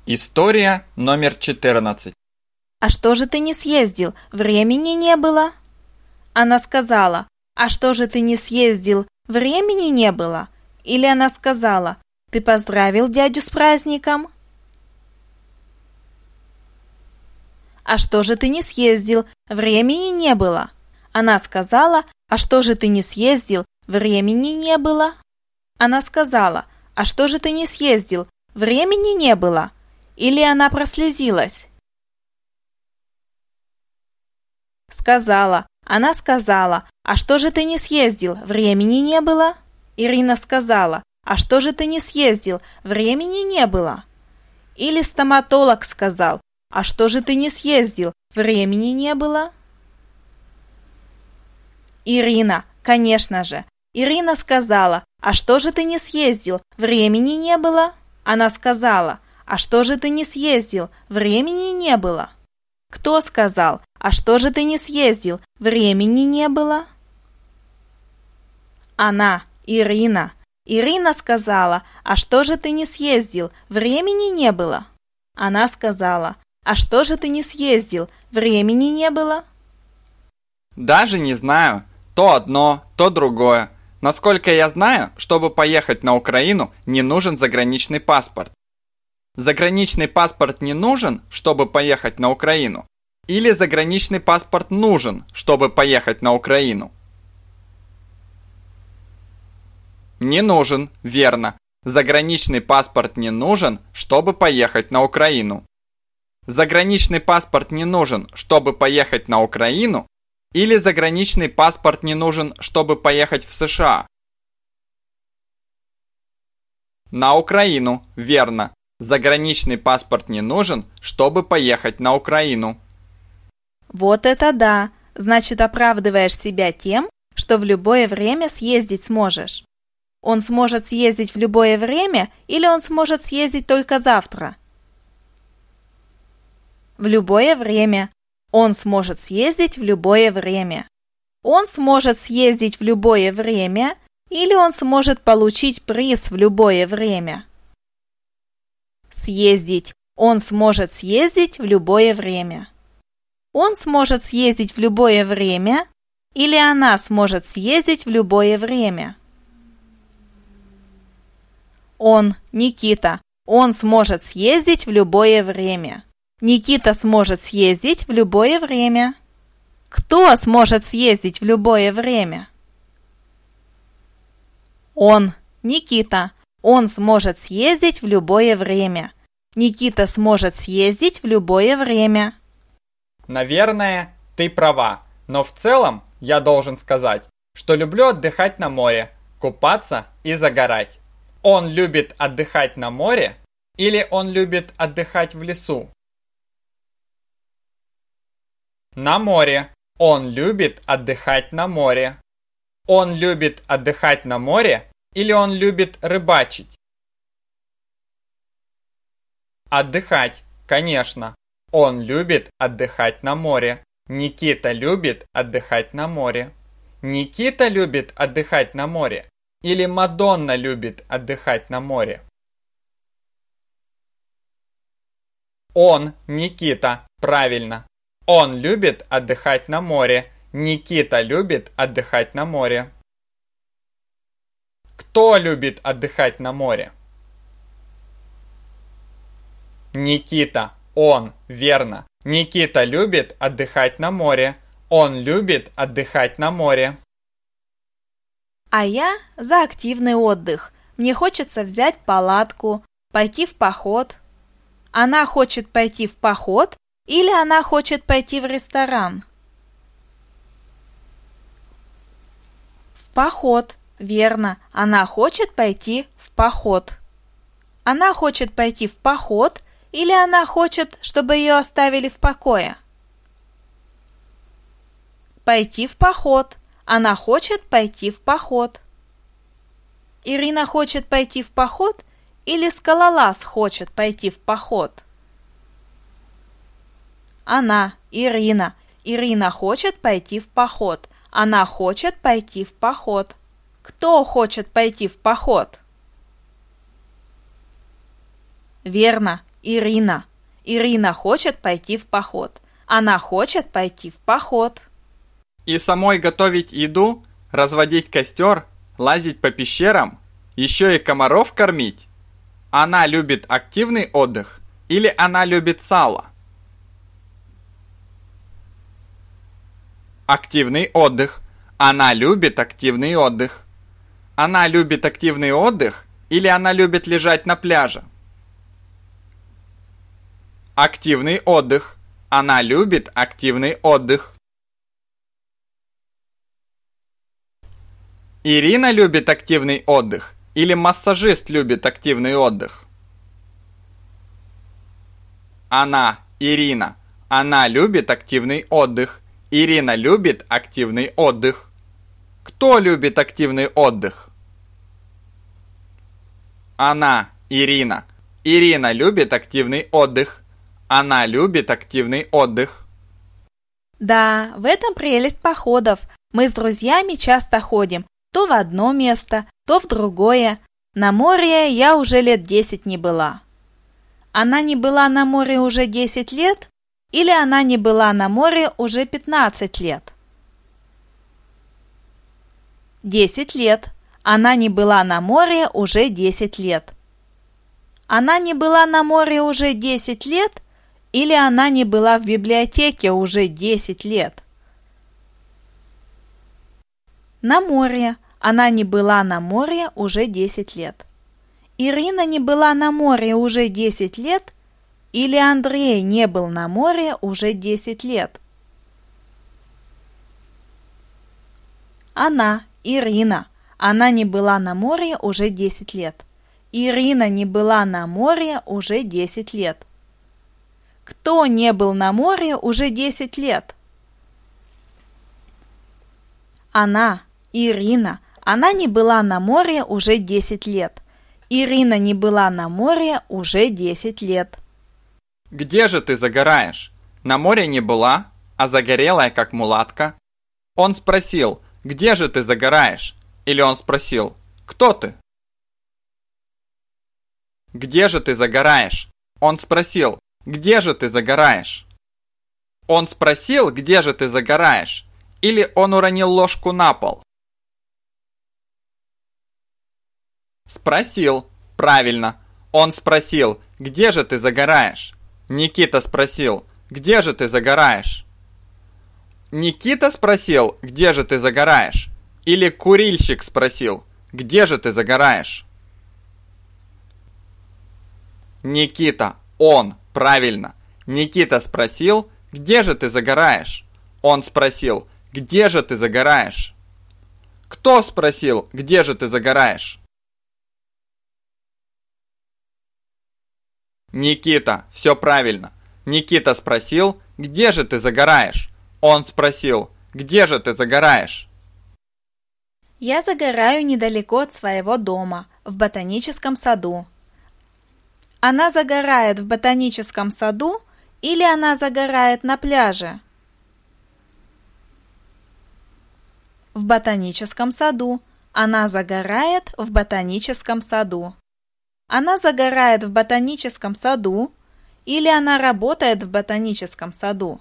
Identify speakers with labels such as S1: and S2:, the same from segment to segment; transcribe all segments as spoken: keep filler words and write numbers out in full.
S1: История номер четырнадцать.
S2: «А что же ты не съездил? Времени не было?» Она сказала: «А что же ты не съездил? Времени не было?» Или она сказала: «Ты поздравил дядю с праздником?» «А что же ты не съездил? Времени не было?» Она сказала: «А что же ты не съездил? Времени не было?» Она сказала: «А что же ты не съездил? Времени не было?» Или она прослезилась? Сказала. Она сказала: «А что же ты не съездил? Времени не было?» Ирина сказала: «А что же ты не съездил? Времени не было?» Или стоматолог сказал: «А что же ты не съездил? Времени не было?» Ирина, конечно же. Ирина сказала: «А что же ты не съездил? Времени не было?» Она сказала: «А что же ты не съездил? Времени не было?» Кто сказал: «А что же ты не съездил? Времени не было?» Она, Ирина. Ирина сказала: «А что же ты не съездил? Времени не было?» Она сказала: «А что же ты не съездил? Времени не было?»
S1: Даже не знаю. То одно, то другое. Насколько я знаю, чтобы поехать на Украину, не нужен заграничный паспорт. Заграничный паспорт не нужен, чтобы поехать на Украину? Или заграничный паспорт нужен, чтобы поехать на Украину? Не нужен, верно. Заграничный паспорт не нужен, чтобы поехать на Украину. Заграничный паспорт не нужен, чтобы поехать на Украину? Или заграничный паспорт не нужен, чтобы поехать в США? На Украину, верно. Заграничный паспорт не нужен, чтобы поехать на Украину.
S2: Вот это да! Значит, оправдываешь себя тем, что в любое время съездить сможешь. Он сможет съездить в любое время или он сможет съездить только завтра? В любое время. Он сможет съездить в любое время. Он сможет съездить в любое время или он сможет получить приз в любое время? Съездить. Он сможет съездить в любое время. Он сможет съездить в любое время или она сможет съездить в любое время? Он, Никита. Он сможет съездить в любое время. Никита сможет съездить в любое время. Кто сможет съездить в любое время? Он, Никита. Он сможет съездить в любое время. Никита сможет съездить в любое время.
S1: Наверное, ты права, но в целом я должен сказать, что люблю отдыхать на море, купаться и загорать. Он любит отдыхать на море или он любит отдыхать в лесу? На море. Он любит отдыхать на море. Он любит отдыхать на море или он любит рыбачить? Отдыхать, конечно. Он любит отдыхать на море. Никита любит отдыхать на море. Никита любит отдыхать на море или Мадонна любит отдыхать на море? Он, Никита, правильно. Он любит отдыхать на море. Никита любит отдыхать на море. Кто любит отдыхать на море? Никита. Он, верно. Никита любит отдыхать на море. Он любит отдыхать на море.
S2: А я за активный отдых. Мне хочется взять палатку, пойти в поход. Она хочет пойти в поход или она хочет пойти в ресторан? В поход, верно. Она хочет пойти в поход. Она хочет пойти в поход или она хочет, чтобы ее оставили в покое? Пойти в поход. Она хочет пойти в поход. Ирина хочет пойти в поход или скалолаз хочет пойти в поход? Она, Ирина. Ирина хочет пойти в поход. Она хочет пойти в поход. Кто хочет пойти в поход? Верно, Ирина. Ирина хочет пойти в поход. Она хочет пойти в поход.
S1: И самой готовить еду, разводить костер, лазить по пещерам, еще и комаров кормить? Она любит активный отдых или она любит сало? Активный отдых. Она любит активный отдых. Она любит активный отдых или она любит лежать на пляже? Активный отдых. Она любит активный отдых. Ирина любит активный отдых или массажист любит активный отдых? Она, Ирина. Она любит активный отдых. Ирина любит активный отдых. Кто любит активный отдых? Она, Ирина. Ирина любит активный отдых. Она любит активный отдых.
S2: Да, в этом прелесть походов. Мы с друзьями часто ходим. То в одно место, то в другое. На море я уже лет десять не была. Она не была на море уже десять лет? Или она не была на море уже пятнадцать лет? десять лет. Она не была на море уже десять лет. Она не была на море уже десять лет? Или она не была в библиотеке уже десять лет? На море. Она не была на море уже десять лет. Ирина не была на море уже десять лет? Или Андрей не был на море уже десять лет? Она, Ирина. Она не была на море уже десять лет. Ирина не была на море уже десять лет. Кто не был на море уже десять лет? Она, Ирина. Она не была на море уже десять лет. Ирина не была на море уже десять лет.
S1: Где же ты загораешь? На море не была, а загорелая, как мулатка. Он спросил, где же ты загораешь? Или он спросил, кто ты? Где же ты загораешь? Он спросил, где же ты загораешь? Он спросил, где же ты загораешь? Или он уронил ложку на пол? Спросил. Правильно. Он спросил, где же ты загораешь? Никита спросил, где же ты загораешь? Никита спросил, где же ты загораешь? Или курильщик спросил, где же ты загораешь? Никита. Он. Правильно. Никита спросил, где же ты загораешь? Он спросил, где же ты загораешь? Кто спросил, где же ты загораешь? Никита, все правильно. Никита спросил, где же ты загораешь? Он спросил, где же ты загораешь?
S2: Я загораю недалеко от своего дома, в ботаническом саду. Она загорает в ботаническом саду или она загорает на пляже? В ботаническом саду. Она загорает в ботаническом саду. Она загорает в ботаническом саду или она работает в ботаническом саду?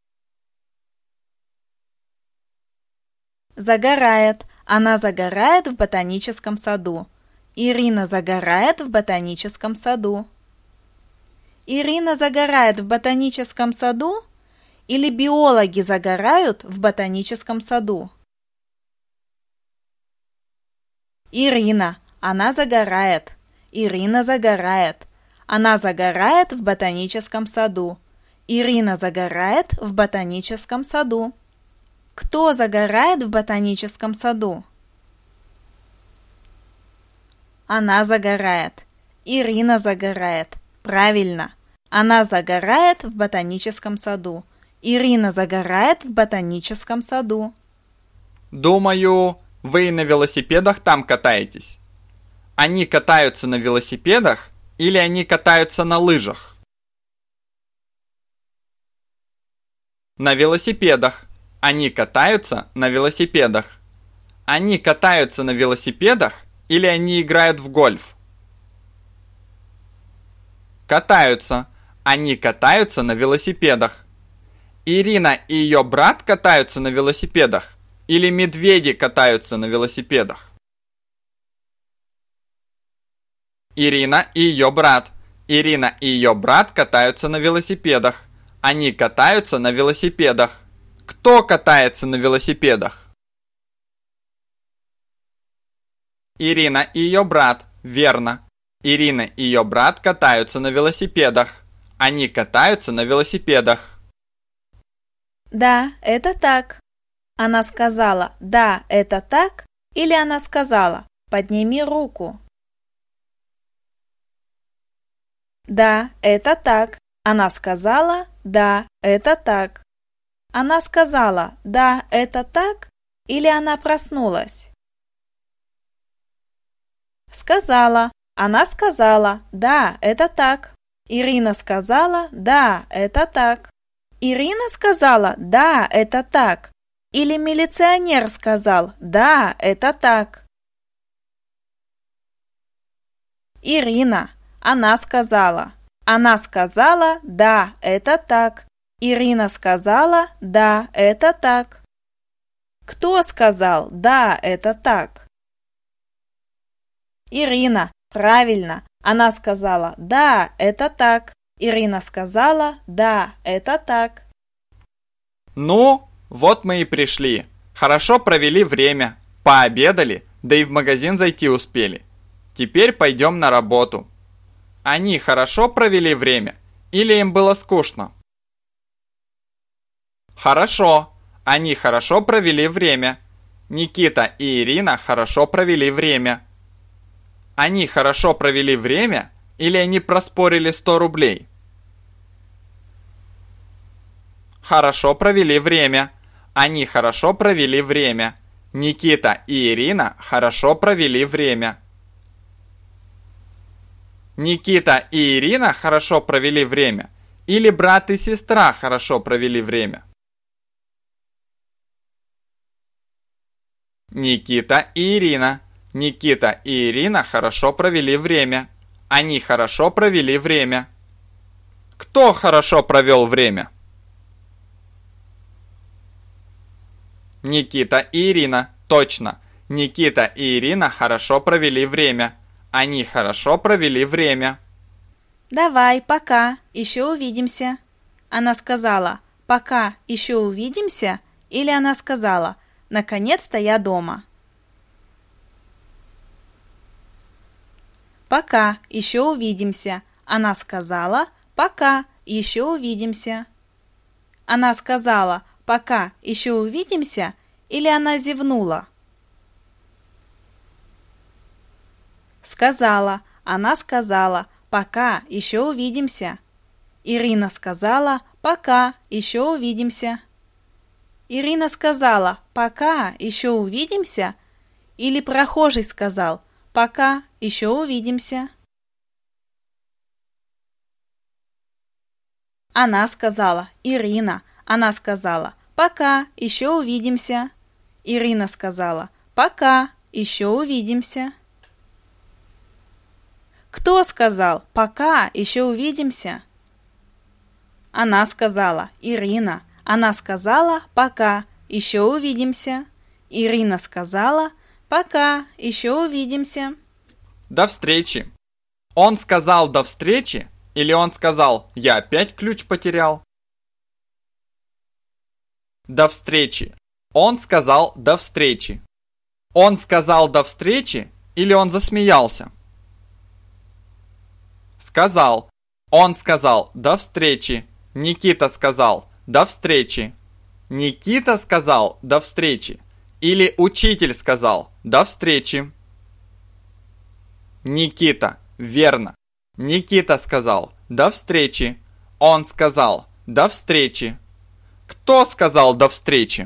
S2: Загорает. Она загорает в ботаническом саду. Ирина загорает в ботаническом саду. Ирина загорает в ботаническом саду или биологи загорают в ботаническом саду? Ирина. Она загорает. Ирина загорает. Она загорает в ботаническом саду. Ирина загорает в ботаническом саду. Кто загорает в ботаническом саду? Она загорает. Ирина загорает. Правильно. Она загорает в ботаническом саду. Ирина загорает в ботаническом саду.
S1: Думаю, вы на велосипедах там катаетесь. Они катаются на велосипедах или они катаются на лыжах? На велосипедах. Они катаются на велосипедах. Они катаются на велосипедах или они играют в гольф? Катаются. Они катаются на велосипедах. Ирина и ее брат катаются на велосипедах? Или медведи катаются на велосипедах? Ирина и ее брат. Ирина и ее брат катаются на велосипедах. Они катаются на велосипедах. Кто катается на велосипедах? Ирина и ее брат. Верно. Ирина и ее брат катаются на велосипедах. Они катаются на велосипедах.
S2: Да, это так. Она сказала «да, это так» или она сказала «подними руку». Да, это так. Она сказала «да, это так». Она сказала «да, это так» или она проснулась? Сказала. Она сказала «да, это так». Ирина сказала «да, это так». Ирина сказала «да, это так». Или милиционер сказал «да, это так». Ирина. Она сказала. Она сказала «да, это так». Ирина сказала «да, это так». Кто сказал «да, это так»? Ирина. Правильно. Она сказала «да, это так». Ирина сказала «да, это так».
S1: Ну, вот мы и пришли. Хорошо провели время, пообедали, да и в магазин зайти успели. Теперь пойдем на работу. Они хорошо провели время или им было скучно? Хорошо. Они хорошо провели время. Никита и Ирина хорошо провели время. Они хорошо провели время или они проспорили сто рублей? Хорошо провели время. Они хорошо провели время. Никита и Ирина хорошо провели время. Никита и Ирина хорошо провели время или брат и сестра хорошо провели время? Никита и Ирина. Никита и Ирина хорошо провели время. Они хорошо провели время. Кто хорошо провел время? Никита и Ирина. Точно. Никита и Ирина хорошо провели время. Они хорошо провели время.
S2: Давай, пока, еще увидимся. Она сказала «пока, еще увидимся» или она сказала «наконец-то я дома». Пока, еще увидимся. Она сказала «пока, еще увидимся». Она сказала «пока, еще увидимся» или она зевнула? Сказала. Она сказала «пока, еще увидимся». Ирина сказала «пока, еще увидимся». Ирина сказала «пока, еще увидимся» или прохожий сказал «пока, еще увидимся». Она сказала Ирина. Она сказала «пока, еще увидимся». Ирина сказала «пока, еще увидимся». Кто сказал «пока, еще увидимся»? Она сказала Ирина. Она сказала «пока, еще увидимся». Ирина сказала «пока, еще увидимся».
S1: До встречи. Он сказал «до встречи» или он сказал «я опять ключ потерял»? До встречи. Он сказал «до встречи». Он сказал «до встречи» или он засмеялся? Сказал. Он сказал «до встречи». Никита сказал «до встречи». Никита сказал «до встречи». Или учитель сказал «до встречи». Никита. Верно. Никита сказал «до встречи». Он сказал «до встречи». Кто сказал «до встречи»?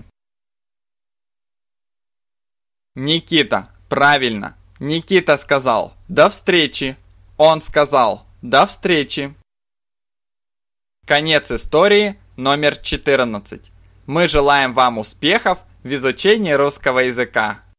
S1: Никита. Правильно. Никита сказал «до встречи». Он сказал «до встречи». Конец истории номер четырнадцать. Мы желаем вам успехов в изучении русского языка.